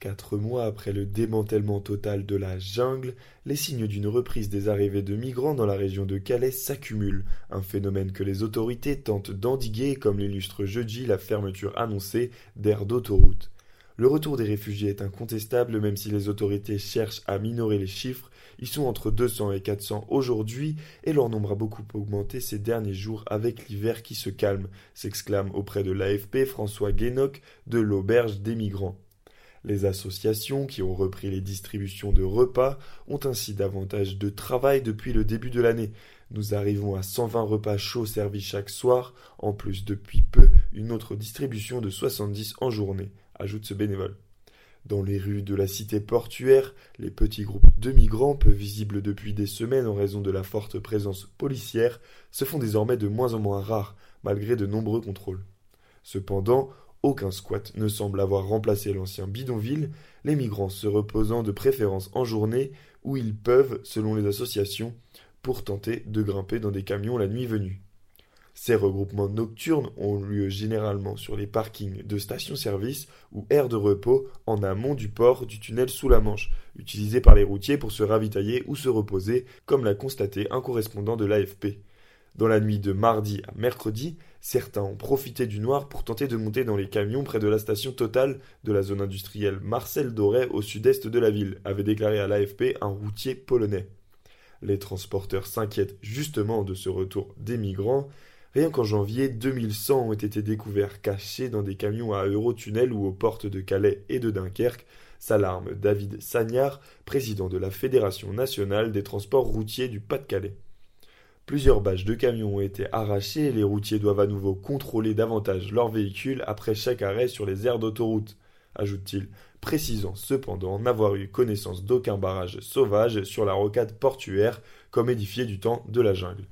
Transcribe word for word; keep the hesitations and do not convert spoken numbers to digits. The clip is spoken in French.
Quatre mois après le démantèlement total de la jungle, les signes d'une reprise des arrivées de migrants dans la région de Calais s'accumulent, un phénomène que les autorités tentent d'endiguer, comme l'illustre jeudi la fermeture annoncée d'aires d'autoroute. Le retour des réfugiés est incontestable, même si les autorités cherchent à minorer les chiffres. Ils sont entre deux cents et quatre cents aujourd'hui, et leur nombre a beaucoup augmenté ces derniers jours avec l'hiver qui se calme, s'exclame auprès de l'A F P François Guénoc de l'Auberge des migrants. Les associations qui ont repris les distributions de repas ont ainsi davantage de travail depuis le début de l'année. Nous arrivons à cent vingt repas chauds servis chaque soir, en plus depuis peu une autre distribution de soixante-dix en journée, ajoute ce bénévole. Dans les rues de la cité portuaire, les petits groupes de migrants, peu visibles depuis des semaines en raison de la forte présence policière, se font désormais de moins en moins rares, malgré de nombreux contrôles. Cependant, aucun squat ne semble avoir remplacé l'ancien bidonville, les migrants se reposant de préférence en journée où ils peuvent, selon les associations, pour tenter de grimper dans des camions la nuit venue. Ces regroupements nocturnes ont lieu généralement sur les parkings de stations-service ou aires de repos en amont du port du tunnel sous la Manche, utilisé par les routiers pour se ravitailler ou se reposer, comme l'a constaté un correspondant de l'A F P. Dans la nuit de mardi à mercredi, certains ont profité du noir pour tenter de monter dans les camions près de la station Total de la zone industrielle Marcel Doré au sud-est de la ville, avait déclaré à l'A F P un routier polonais. Les transporteurs s'inquiètent justement de ce retour des migrants. Rien qu'en janvier, deux mille cent ont été découverts cachés dans des camions à Eurotunnel ou aux portes de Calais et de Dunkerque, s'alarme David Sagnard, président de la Fédération nationale des transports routiers du Pas-de-Calais. Plusieurs bâches de camions ont été arrachées et les routiers doivent à nouveau contrôler davantage leurs véhicules après chaque arrêt sur les aires d'autoroute, ajoute-t-il, précisant cependant n'avoir eu connaissance d'aucun barrage sauvage sur la rocade portuaire comme édifié du temps de la jungle.